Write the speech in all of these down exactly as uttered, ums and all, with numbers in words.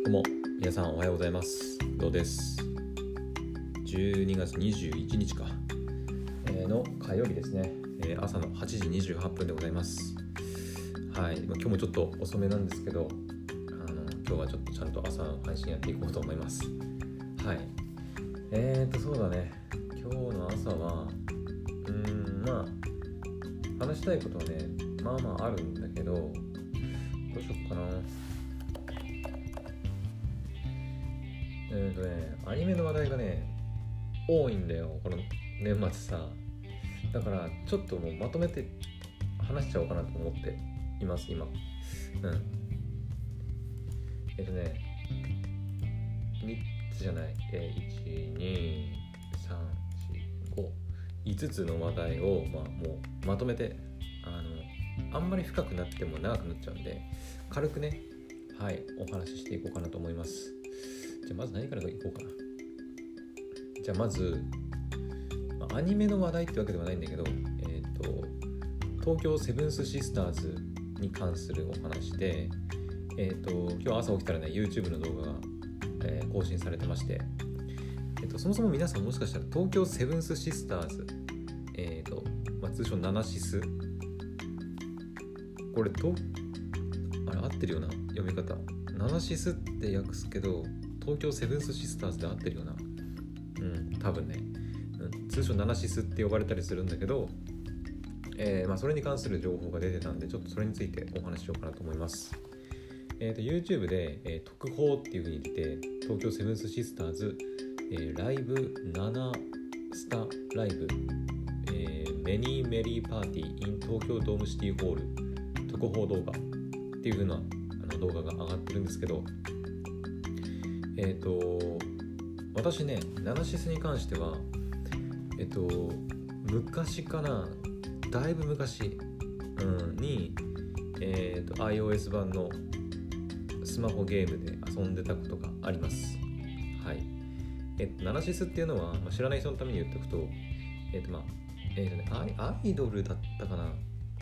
どうも皆さんおはようございます。どうです。じゅうにがつにじゅういちにちか、えー、の火曜日ですね、えー、朝のはちじにじゅうはっぷんでございます。はい、まあ、今日もちょっと遅めなんですけど、あの今日はちょっとちゃんと朝の配信やっていこうと思います。はい、えーとそうだね、今日の朝はうーんまあ話したいことはねまあまああるんだけど、どうしよっかな。えーとね、アニメの話題がね多いんだよ、この年末さ。だからちょっともうまとめて話しちゃおうかなと思っています今。うんえっ、ー、とねみっつじゃない、えー、いち、に、さん、し、ご、いつつの話題を、まあ、もうまとめて、あのあんまり深くなっても長くなっちゃうんで軽くね、はいお話ししていこうかなと思います。じゃあまず何からいこうかな。じゃあまずアニメの話題ってわけではないんだけど、えっと東京セブンスシスターズに関するお話で、えっと今日朝起きたらね YouTube の動画が、えー、更新されてまして、えっとそもそも皆さんもしかしたら東京セブンスシスターズ、えっとまあ、通称ナナシス、これとあれ合ってるような読み方、ナナシスって訳すけど東京セブンスシスターズで合ってるよな。うん多分ね、うん、通称ナナシスって呼ばれたりするんだけど、えーまあ、それに関する情報が出てたんでちょっとそれについてお話ししようかなと思います。えー、と YouTube で、えー、特報っていう風に出て、東京セブンスシスターズ、えー、ライブななスタライブ、えー、メニーメリーパーティー in 東京ドームシティホール特報動画っていう風なあの動画が上がってるんですけど、えっ、ー、と私ねナナシスに関してはえっ、ー、と昔かな、だいぶ昔、うん、に、えー、と iOS 版のスマホゲームで遊んでたことがあります。はい。えっ、ー、とナナシスっていうのは、まあ、知らない人のために言っておくと、えっ、ー、とまあえっ、ー、とねアイ、アイドルだったかな。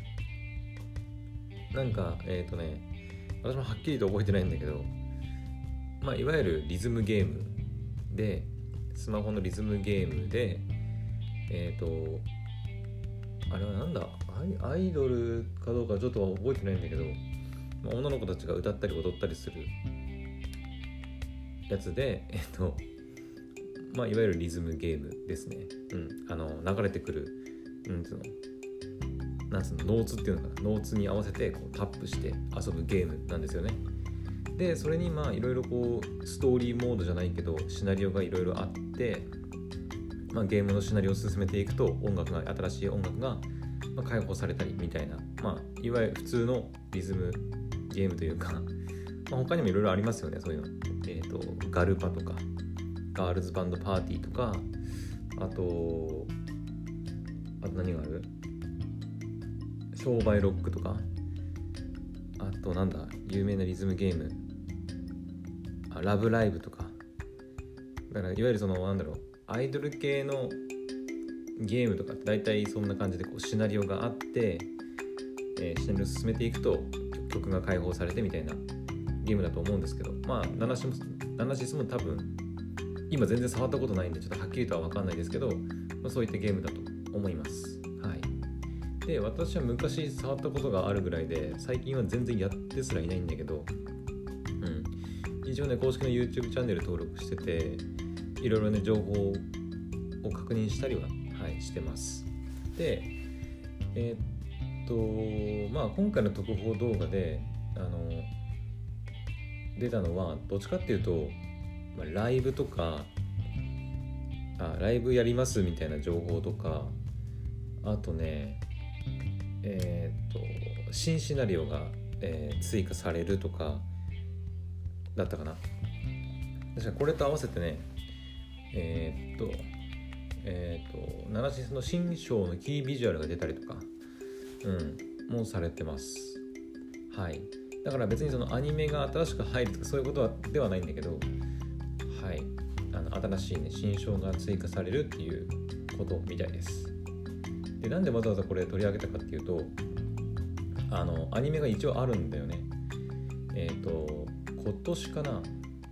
なんかえっ、とね私もはっきりと覚えてないんだけど、まあいわゆるリズムゲームで、スマホのリズムゲームで、えっ、ー、とあれはなんだアイ、アイドルかどうかちょっと覚えてないんだけど、まあ、女の子たちが歌ったり踊ったりするやつで、えっ、ー、とまあいわゆるリズムゲームですね。うんあの流れてくるうんつうのなんつうのノーツっていうのかな、ノーツに合わせてこうタップして遊ぶゲームなんですよね。でそれにまあいろいろこうストーリーモードじゃないけどシナリオがいろいろあって、まあ、ゲームのシナリオを進めていくと音楽が新しい音楽が解放されたりみたいな、まあ、いわゆる普通のリズムゲームというか、まあ、他にもいろいろありますよね、そういうの。えっとガルパとかガールズバンドパーティーとか、あとあと何がある、商売ロックとか、あとなんだ有名なリズムゲーム、あラブライブとか。だからいわゆるそのなんだろうアイドル系のゲームとかって大体そんな感じでこうシナリオがあって、えー、シナリオを進めていくと曲が解放されてみたいなゲームだと思うんですけど、まあナナシスも、ナナシスも多分今全然触ったことないんでちょっとはっきりとは分かんないですけど、まあ、そういったゲームだと思います。はい。で私は昔触ったことがあるぐらいで、最近は全然やってすらいないんだけど、うん一応ね公式の YouTube チャンネル登録してて、いろいろね情報を確認したりは、はい、してます。でえー、っとまあ今回の特報動画であの出たのはどっちかっていうと、まあ、ライブとかあライブやりますみたいな情報とか、あとねえー、っと新シナリオが、えー、追加されるとかだったかな。確かこれと合わせてねえー、っとえー、っとナナシスの新章のキービジュアルが出たりとか、うん、もされてます。はい。だから別にそのアニメが新しく入るとかそういうことはではないんだけど、はい、あの新しいね新章が追加されるっていうことみたいです。でなんでわざわざこれ取り上げたかっていうと、あのアニメが一応あるんだよね。えっと今年かな、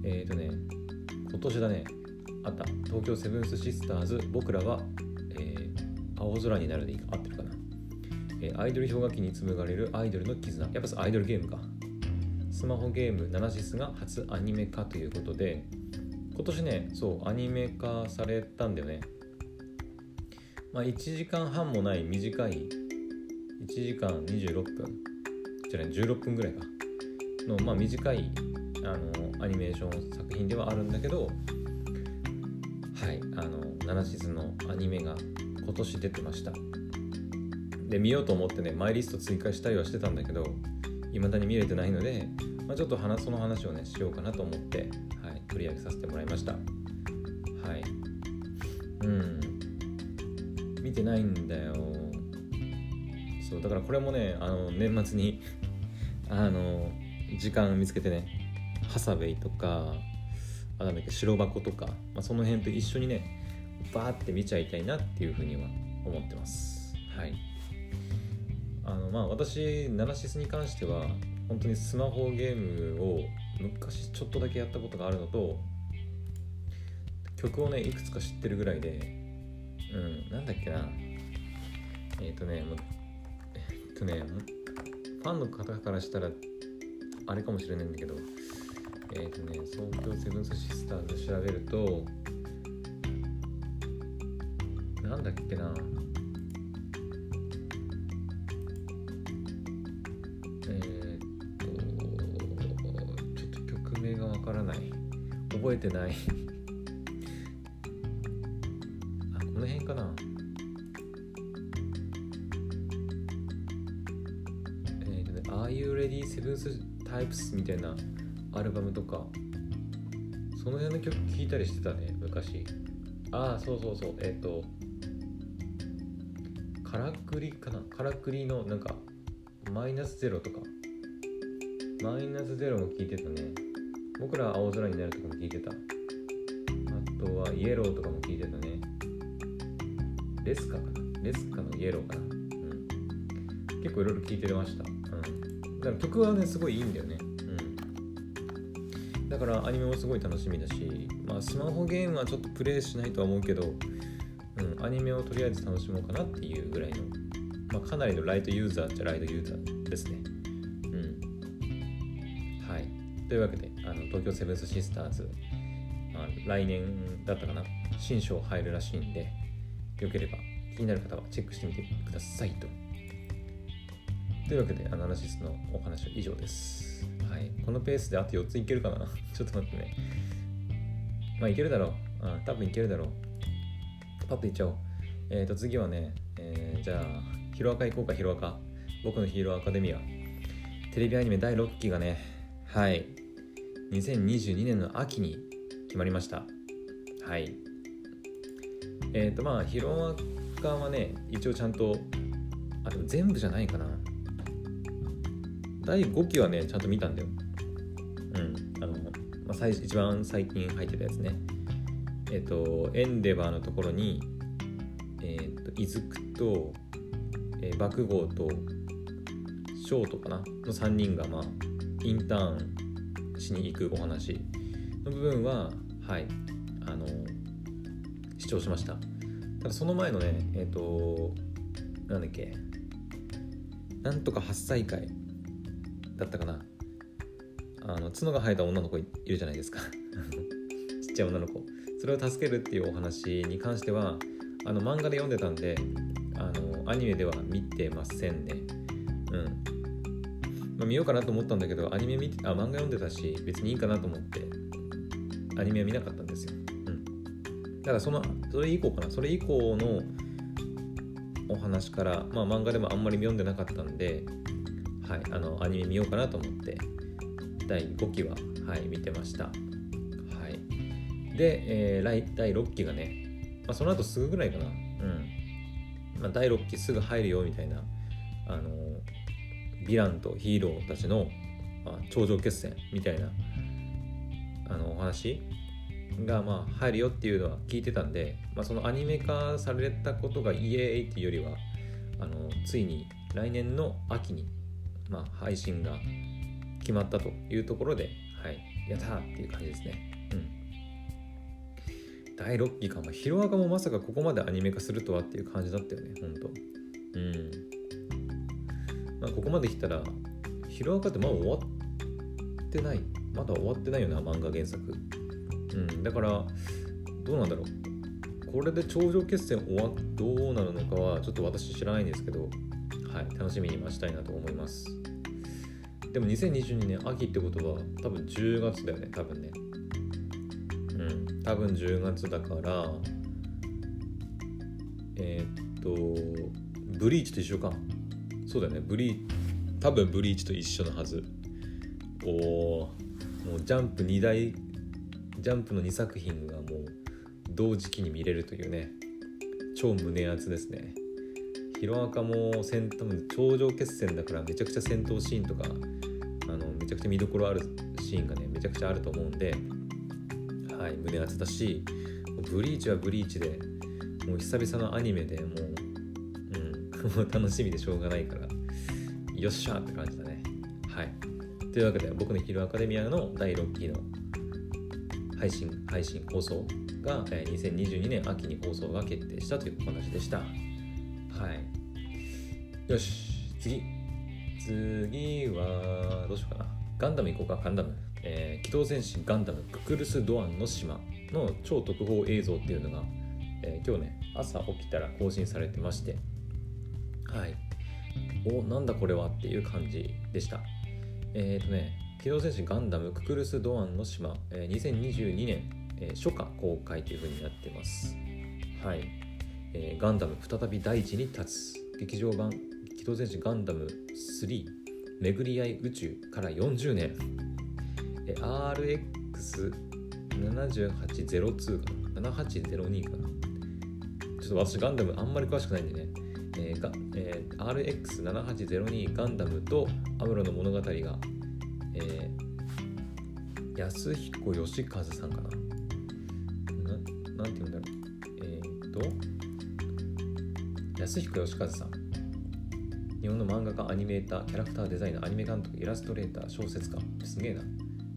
えっ、ー、とね今年だねあった東京セブンスシスターズ僕らは、えー、青空になるでいいか合ってるかな、えー、アイドル氷河期に紡がれるアイドルの絆、やっぱアイドルゲームか。スマホゲームナナシスが初アニメ化ということで、今年ねそうアニメ化されたんだよね。まあいちじかんはんもない短いいちじかんにじゅうろっぷんじゃないじゅうろっぷんぐらいかの、まあ、短いあのアニメーション作品ではあるんだけど、はいあのナナシスのアニメが今年出てました。で見ようと思ってねマイリスト追加したりはしてたんだけど未だに見れてないので、まあ、ちょっと話その話をねしようかなと思って、はい、取り上げさせてもらいました。はいうん見てないんだよ。そうだからこれもねあの年末にあの時間見つけてねハサウェイとかあなんだっけ白箱とか、まあ、その辺と一緒にねバーって見ちゃいたいなっていうふうには思ってます。はいあのまあ私ナナシスに関しては本当にスマホゲームを昔ちょっとだけやったことがあるのと曲をねいくつか知ってるぐらいで、うんなんだっけなえっ、ー、とねもうえっ、ー、とねファンの方からしたらあれかもしれないんだけどえっ、ー、とね東京セブンスシスターズ調べるとなんだっけなえっ、とちょっと曲名がわからない覚えてないあこの辺かなAre You Ready Seventh Types みたいなアルバムとかその辺の曲聴いたりしてたね昔。ああそうそうそうえっ、ー、とカラクリかなカラクリのなんかマイナスゼロとかマイナスゼロも聴いてたね。僕ら青空になるとかも聴いてた。あとはイエローとかも聴いてたね。レスカかなレスカのイエローかな、うん、結構いろいろ聴いてました。だから曲はねすごいいいんだよね、うん、だからアニメもすごい楽しみだし、まあ、スマホゲームはちょっとプレイしないとは思うけど、うん、アニメをとりあえず楽しもうかなっていうぐらいの、まあ、かなりのライトユーザーっちゃライトユーザーですね、うん、はいというわけであの東京セブンスシスターズ、まあ、来年だったかな新章入るらしいんでよければ気になる方はチェックしてみてくださいと。というわけでアナラシスのお話は以上です。はい、このペースであとよっついけるかなちょっと待ってね。まあいけるだろう。あ多分いけるだろう。パッといっちゃおう。えーと次はね、えー、じゃあヒロアカ行こうか。ヒロアカ僕のヒーローアカデミアテレビアニメだいろっきがねはいにせんにじゅうにねんの秋に決まりました。はいえーとまあヒロアカはね一応ちゃんとあでも全部じゃないかな。だいごきはねちゃんと見たんだよ。うんあの、まあ、最一番最近入ってたやつね。えっ、ー、とエンデバーのところにえっ、ー、とイズクと、えー、爆豪とショートかなのさんにんがまあインターンしに行くお話の部分ははいあの視聴しました。ただその前のねえっ、ー、となんだっけなんとかはっさい会だったかな。あの角が生えた女の子いるじゃないですかちっちゃい女の子それを助けるっていうお話に関してはあの漫画で読んでたんであのアニメでは見てませんね。うん、まあ、見ようかなと思ったんだけどアニメ見てあ漫画読んでたし別にいいかなと思ってアニメは見なかったんですよ。うん、だからそのそれ以降かなそれ以降のお話からまあ漫画でもあんまり読んでなかったんではい、あのアニメ見ようかなと思ってだいごきは、はい、見てました。はい、で、えー、だいろっきがね、まあ、その後すぐぐらいかな、うんまあ、だいろっきすぐ入るよみたいな、あのヴィランとヒーローたちの、まあ、頂上決戦みたいなあのお話が、まあ、入るよっていうのは聞いてたんで、まあ、そのアニメ化されたことがイエーイっていうよりはあのついに来年の秋にまあ、配信が決まったというところで、はい、 やったーっていう感じですね。うん。だいろっきか、まあ、ヒロアカもまさかここまでアニメ化するとはっていう感じだったよね、ほんと。うん。まあ、ここまで来たらヒロアカってまだ終わってないまだ終わってないよな、漫画原作。うん。だからどうなんだろう、これで頂上決戦終わどうなるのかはちょっと私知らないんですけど、はい、楽しみに待ちたいなと思います。でもにせんにじゅうにねん秋ってことは多分じゅうがつだよね、多分ね。うん、多分じゅうがつだから、えー、っとブリーチと一緒か。そうだよね、ブリー多分ブリーチと一緒のはず。おお、もうジャンプにだいジャンプのにさく品がもう同時期に見れるというね、超胸熱ですね。ヒロアカも戦多分頂上決戦だからめちゃくちゃ戦闘シーンとかあのめちゃくちゃ見どころあるシーンがねめちゃくちゃあると思うんで、はい、胸熱だし、ブリーチはブリーチでもう久々のアニメでもう、うん、もう楽しみでしょうがないからよっしゃーって感じだね。はい。というわけで僕のヒーローアカデミアのだいろっきの配信配信放送がにせんにじゅうにねん秋に放送が決定したというお話でした。はい。よし、次次はどうしようかな。ガンダム行こうか。ガンダム、えー、機動戦士ガンダムククルス・ドアンの島の超特報映像っていうのが、えー、今日ね朝起きたら更新されてまして、はい、お、なんだこれはっていう感じでした。えっとね機動戦士ガンダムククルス・ドアンの島、えー、にせんにじゅうにねん、えー、初夏公開という風になってます。はい、えー、ガンダム再び大地に立つ劇場版機動戦士ガンダムスリー巡り合い宇宙からよんじゅうねん、えー、アールエックスななじゅうはちゼロツー かなななはちゼロにかな。ちょっと私ガンダムあんまり詳しくないんでね、えーがえー、アールエックスななはちゼロに ガンダムとアムロの物語が、えー、安彦義和さんかな、ななんて言うんだろう、えー、っと安彦義和さん、日本の漫画家、アニメーター、キャラクターデザイナー、アニメ監督、イラストレーター、小説家、すげえな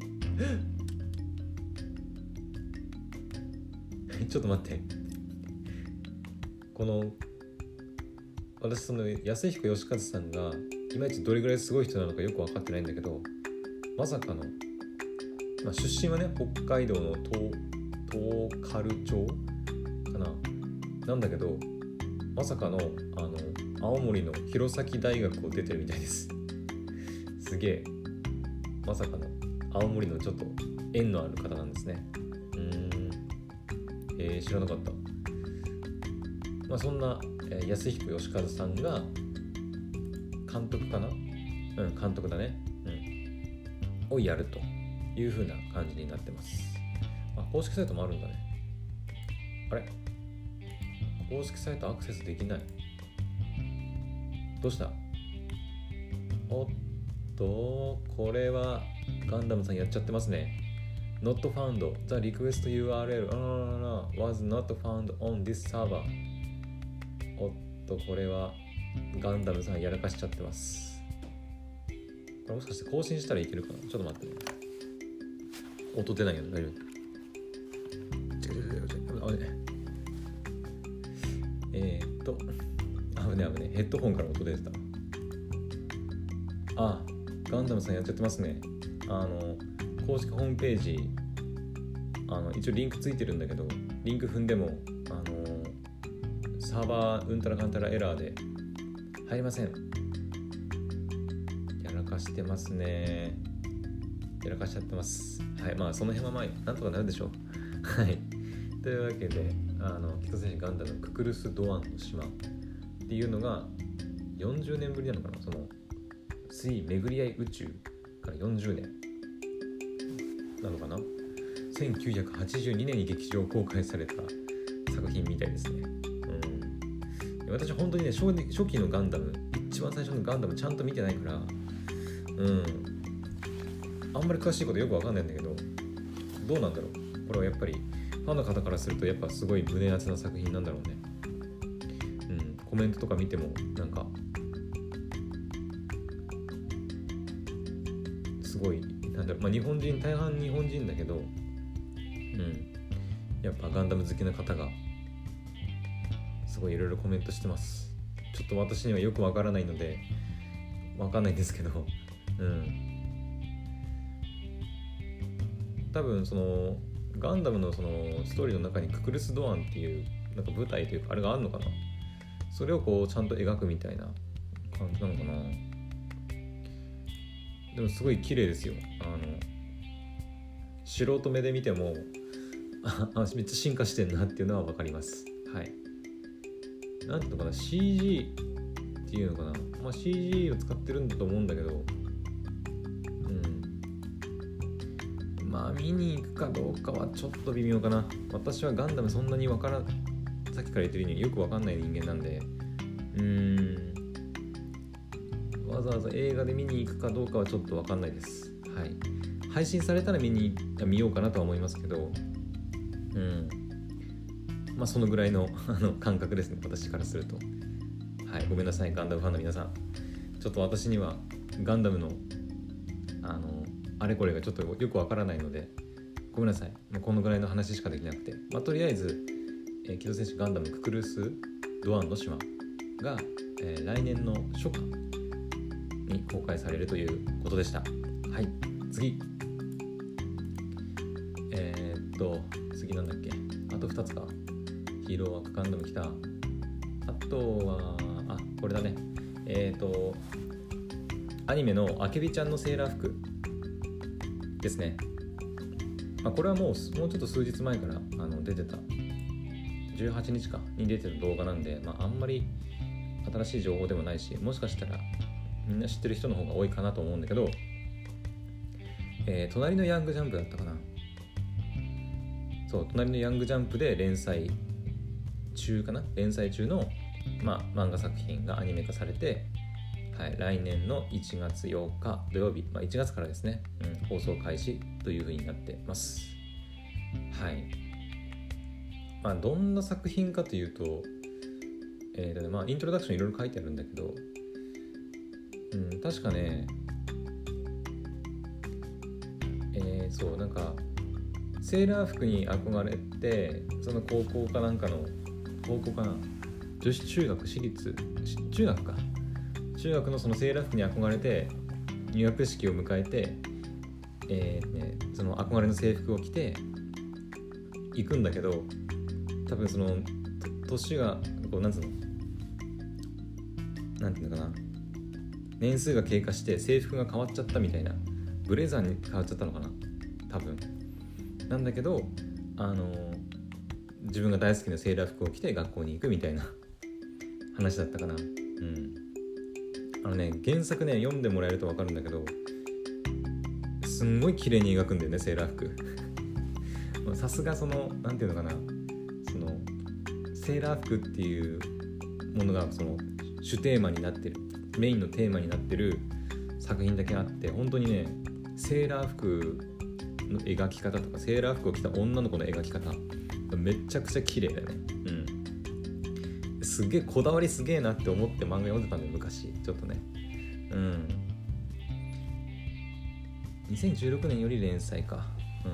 ちょっと待って、この私その安彦義和さんがいまいちどれぐらいすごい人なのかよく分かってないんだけど、まさかの、まあ、出身はね北海道の東東軽町かななんだけど、まさかのあの青森の弘前大学を出てるみたいです。すげえ、まさかの青森のちょっと縁のある方なんですね。うーん、えー、知らなかった。まあそんな安彦義和さんが監督かな、うん監督だね、うん、をやるという風な感じになってます。あ、公式サイトもあるんだね。あれ、公式サイトアクセスできない。どうした？おっと、これはガンダムさんやっちゃってますね。Not found. The request ユーアールエルwas not found on this server. おっと、これはガンダムさんやらかしちゃってます。これもしかして更新したらいけるかな。ちょっと待ってね。音出ないよね。大丈夫。違う違う違う違う。あれね。えー、っと、あぶねあぶね。ヘッドホンから音出てた。あ、ガンダムさんやっちゃってますね。あの、公式ホームページ、あの一応リンクついてるんだけど、リンク踏んでも、あの、サーバーうんたらかんたらエラーで入りません。やらかしてますね。やらかしちゃってます。はい、まあその辺はまあなんとかなるでしょう。はい。というわけで、あの機動戦士ガンダムククルス・ドアンの島っていうのがよんじゅうねんぶりなのかな。そのスリー巡り合い宇宙からよんじゅうねんなのかな。せんきゅうひゃくはちじゅうにねんに劇場公開された作品みたいですね。うん、私本当にね 初, 初期のガンダム、一番最初のガンダムちゃんと見てないから、うん、あんまり詳しいことよくわかんないんだけど、どうなんだろう。これはやっぱりファンの方からするとやっぱすごい胸熱な作品なんだろうね。うん、コメントとか見てもなんかすごいなんだろう、まあ、日本人大半日本人だけど、うん、やっぱガンダム好きな方がすごいいろいろコメントしてます。ちょっと私にはよくわからないのでわかんないんですけど、うん、多分そのガンダムのそのストーリーの中にククルス・ドアンっていうなんか舞台というかあれがあるのかな、それをこうちゃんと描くみたいな感じなのかな。でもすごい綺麗ですよ。あの素人目で見てもあめっちゃ進化してんなっていうのは分かります。はい。なんていうのかな、 シージー っていうのかな、まあ シージー を使ってるんだと思うんだけど、うん、まあ見に行くかどうかはちょっと微妙かな。私はガンダムそんなに分からん、さっきから言ってるようによく分かんない人間なんで、うーんわざわざ映画で見に行くかどうかはちょっと分かんないです。はい。配信されたら見に見ようかなとは思いますけど、うん、まあそのぐらいのあの感覚ですね、私からすると。はい、ごめんなさいガンダムファンの皆さん。ちょっと私にはガンダムのあのあれこれがちょっとよく分からないのでごめんなさい。もうこのぐらいの話しかできなくて、まあとりあえず、えー、機動戦士ガンダムククルス・ドアンの島が、えー、来年の初夏に公開されるということでした。はい、次。えー、っと、次なんだっけ。あとふたつか。ヒーローワークガンダム来た。あとは、あ、これだね。えー、っと、アニメのあけびちゃんのセーラー服ですね。まあ、これはもう、もうちょっと数日前からあの出てた。じゅうはちにちかに出てた動画なんで、まあ、あんまり新しい情報でもないし、もしかしたらみんな知ってる人の方が多いかなと思うんだけど、えー、隣のヤングジャンプだったかな。そう、隣のヤングジャンプで連載中かな連載中の、まあ、漫画作品がアニメ化されて、はい、来年のいちがつようか土曜日、まあ、いちがつからですね、うん、放送開始という風になってます。はい。まあ、どんな作品かというと、えーとね、まあ、イントロダクションいろいろ書いてあるんだけど、うん、確かね、えー、そう、なんか、セーラー服に憧れて、その高校かなんかの、高校かな、女子中学、私立、中学か。中学のそのセーラー服に憧れて、入学式を迎えて、えーね、その憧れの制服を着て、行くんだけど、多分その、年が、こう、なんつうの、なんていうのかな、年数が経過して制服が変わっちゃったみたいな、ブレザーに変わっちゃったのかな多分なんだけど、あの自分が大好きなセーラー服を着て学校に行くみたいな話だったかな。うんあのね原作ね読んでもらえると分かるんだけど、すんごい綺麗に描くんだよねセーラー服さすがそのなんていうのかな、そのセーラー服っていうものがその主テーマになってる、メインのテーマになってる作品だけあって、本当にねセーラー服の描き方とかセーラー服を着た女の子の描き方めちゃくちゃ綺麗だよね。うんすげえこだわりすげえなって思って漫画読んでたんだよ昔ちょっとね。うんにせんじゅうろくねんより連載か。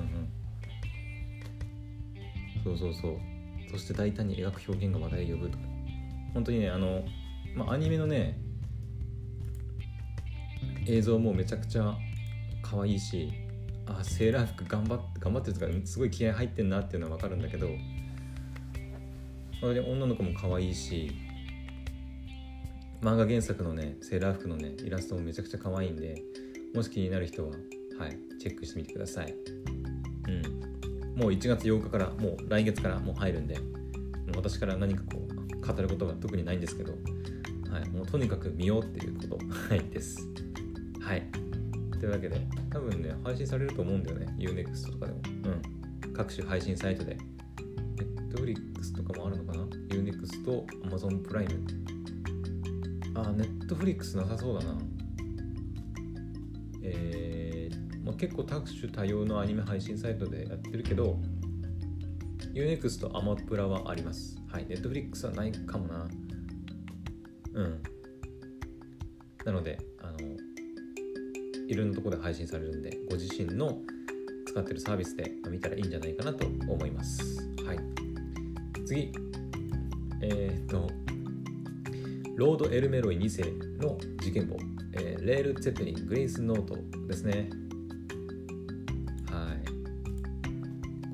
うんうんそうそうそう。そして大胆に描く表現が話題を呼ぶとか、本当にねあのまあ、アニメのね映像もめちゃくちゃ可愛いし、あセーラー服頑張って頑張ってるとかすごい気合入ってんなっていうのは分かるんだけど、女の子も可愛いし、漫画原作のねセーラー服のねイラストもめちゃくちゃ可愛いんで、もし気になる人ははいチェックしてみてください。うんもういちがつようかからもう来月からもう入るんで、もう私から何かこう語ることが特にないんですけど、はい、もうとにかく見ようっていうことはいです。はいというわけで多分ね配信されると思うんだよね ユーネクスト とかでも、うん各種配信サイトで Netflix とかもあるのかな ユーネクスト Amazon プライム、あ Netflix なさそうだな。えーまあ、結構多種多様のアニメ配信サイトでやってるけど ユーネクスト アマプラはあります。はい Netflix はないかもな。うんなのであのいろんなところで配信されるんで、ご自身の使ってるサービスで見たらいいんじゃないかなと思います。はい。次、えー、っとロード・エルメロイに世の事件簿、えー、レール・ツェッペリン・グレイス・ノートですね。はい。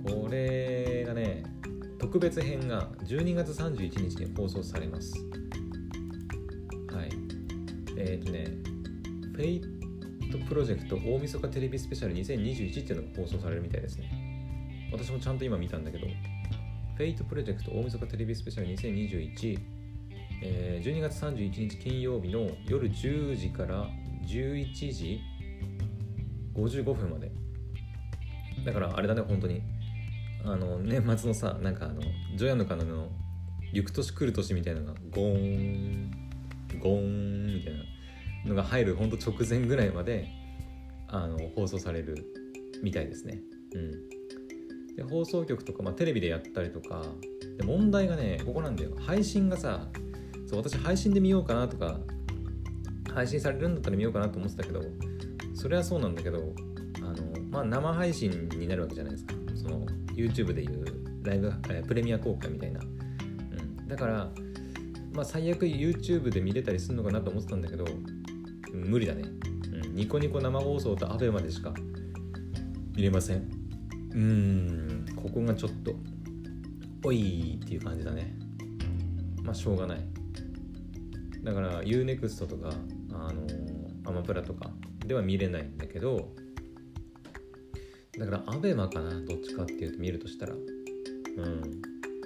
これがね、特別編がじゅうにがつさんじゅういちにちに放送されます。はい。えっ、ー、とね、フェイトプロジェクト大晦日テレビスペシャルにせんにじゅういちっていうのが放送されるみたいですね。私もちゃんと今見たんだけど、フェイトプロジェクト大晦日テレビスペシャルにせんにじゅういち、えー、じゅうにがつさんじゅういちにち金曜日の夜じゅうじからじゅういちじごじゅうごふんまで。だからあれだね、本当にあの年末のさ、なんかあのジョヤの鐘の行く年来る年みたいなのがゴーンゴーンみたいなのが入るほんと直前ぐらいまであの放送されるみたいですね。うん。で放送局とか、まあ、テレビでやったりとかで、問題がねここなんだよ。配信がさ、そう私配信で見ようかなとか、配信されるんだったら見ようかなと思ってたけど、それはそうなんだけど、あのまあ生配信になるわけじゃないですか。その YouTube でいうライブ、えー、プレミア公開みたいな、うん、だからまあ最悪 YouTube で見れたりするのかなと思ってたんだけど、うん、無理だね、うん、ニコニコ生放送とアベマでしか見れません。うーんここがちょっとおいっていう感じだね。まあしょうがない。だから ユーネクスト とかあのー、アマプラとかでは見れないんだけど、だからアベマかな、どっちかっていうと見るとしたら、うん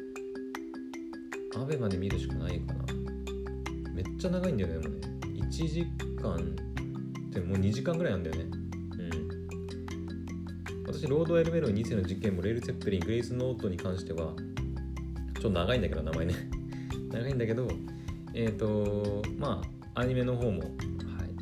アベマで見るしかないかな。めっちゃ長いんだよね。もうねいちじかんってもうにじかんぐらいなんだよね。うん私ロード・エルメロイに世の事件もレール・ツェッペリン・グレイス・ノートに関してはちょっと長いんだけど、名前ね長いんだけど、えっ、ー、とまあアニメの方も、はい、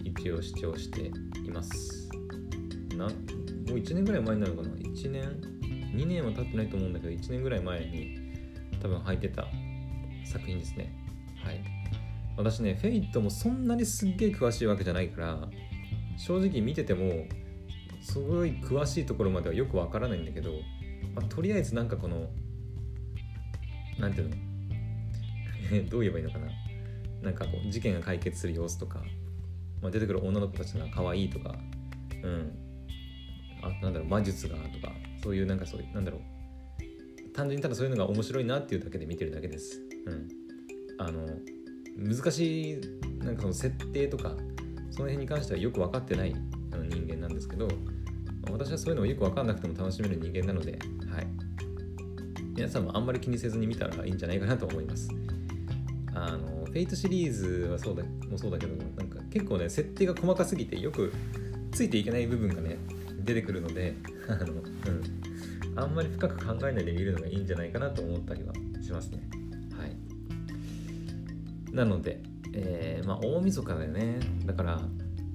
一応視聴しています。なもういちねんぐらい前になるのかな。いちねんにねんは経ってないと思うんだけど、いちねんぐらい前に多分入ってた作品ですね。はい。私ね、フェイトもそんなにすっげえ詳しいわけじゃないから、正直見ててもすごい詳しいところまではよくわからないんだけど、まあ、とりあえずなんかこのなんていうのどう言えばいいのかな、なんかこう事件が解決する様子とか、まあ、出てくる女の子たちが可愛いとか、うんあなんだろう魔術がとか、そういうなんかそういうなんだろう単純にただそういうのが面白いなっていうだけで見てるだけです。うん。あの難しいなんかその設定とかその辺に関してはよく分かってないあの人間なんですけど、私はそういうのをよく分かんなくても楽しめる人間なので、はい。皆さんもあんまり気にせずに見たらいいんじゃないかなと思います。あのフェイトシリーズはそうだもそうだけど、なんか結構ね設定が細かすぎてよくついていけない部分がね出てくるので、あのうんあんまり深く考えないで見るのがいいんじゃないかなと思ったりはしますね。はい。なので、えー、まあ大晦日だよね。だから、だ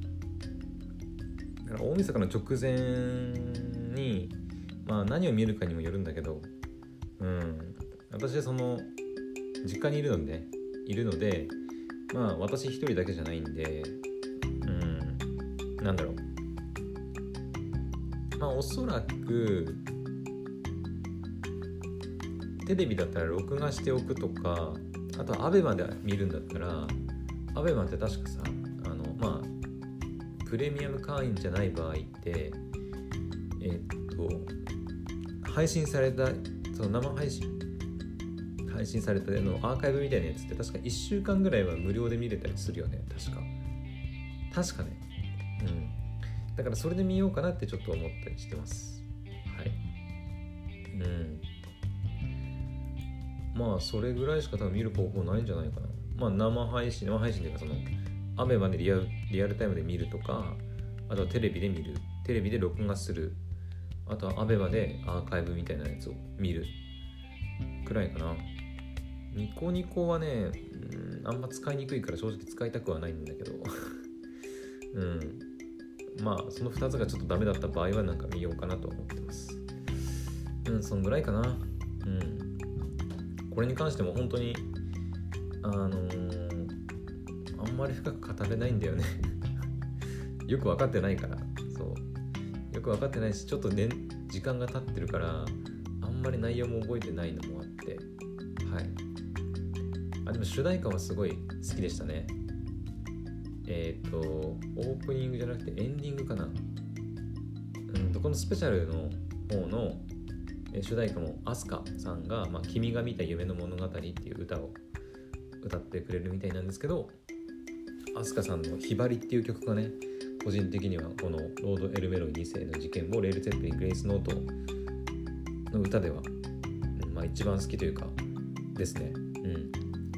から大晦日の直前に、まあ何を見るかにもよるんだけど、うん、私はその実家にいるので、いるので、まあ私一人だけじゃないんで、うん、なんだろう。まあおそらくテレビだったら録画しておくとか、あとはアベマで見るんだったら、アベマって確かさ、あのまあプレミアム会員じゃない場合って、えー、っと配信されたその生配信配信されたのアーカイブみたいなやつって確かいっしゅうかんぐらいは無料で見れたりするよね。確か確かね。うんだからそれで見ようかなってちょっと思ったりしてます。はい。うんまあそれぐらいしか多分見る方法ないんじゃないかな。まあ生配信生配信というかそのアベマでリアル、リアルタイムで見るとか、あとはテレビで見る、テレビで録画する、あとはアベマでアーカイブみたいなやつを見るくらいかな。ニコニコはね、うん、あんま使いにくいから正直使いたくはないんだけどうんまあそのふたつがちょっとダメだった場合はなんか見ようかなと思ってます。うんそんぐらいかな。うんこれに関しても本当にあのー、あんまり深く語れないんだよねよく分かってないから、そうよく分かってないし、ちょっとね時間が経ってるからあんまり内容も覚えてないのもあって、はい。あでも主題歌はすごい好きでしたね。えっ、ー、とオープニングじゃなくてエンディングかな。うんとこのスペシャルの方の主題歌もアスカさんが、まあ、君が見た夢の物語っていう歌を歌ってくれるみたいなんですけど、アスカさんのひばりっていう曲がね、個人的にはこのロード・エルメロイに世の事件簿、レール・ツェッペリン、グレイス・ノートの歌では、うんまあ、一番好きというかですね。うん、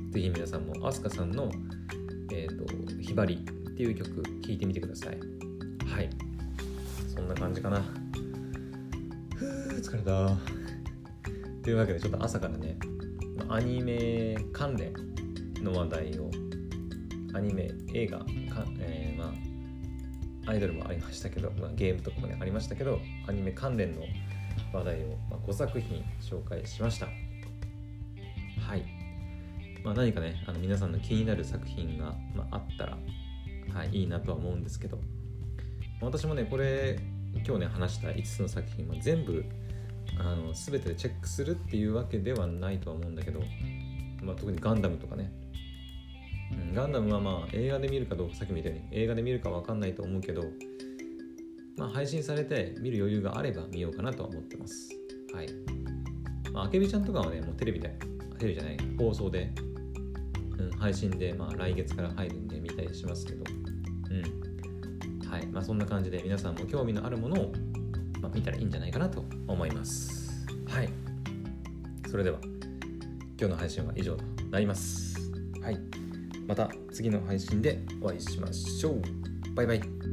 ぜひ皆さんもアスカさんの、えーと、ひばりっていう曲聴いてみてください。はい、そんな感じかな。ふー疲れたというわけでちょっと朝からねアニメ関連の話題を、アニメ映画か、えー、まあアイドルもありましたけど、まあ、ゲームとかもねありましたけど、アニメ関連の話題をごさく品紹介しました。はい、まあ、何かねあの皆さんの気になる作品が、まあ、あったら、はい、いいなとは思うんですけど、私もねこれ今日ね話したいつつの作品も全部あの全てでチェックするっていうわけではないとは思うんだけど、まあ、特にガンダムとかね、うん、ガンダムはまあ映画で見るかどうか、さっきみたいに映画で見るか分かんないと思うけど、まあ、配信されて見る余裕があれば見ようかなとは思ってます。はい。まあ、あけびちゃんとかはねもうテレビでテレビじゃない放送で、うん、配信でまあ来月から入るんで見たりしますけど、うんはい、まあそんな感じで皆さんも興味のあるものを、まあ、見たらいいんじゃないかなと思います。はい。それでは今日の配信は以上となります。はい。また次の配信でお会いしましょう。バイバイ。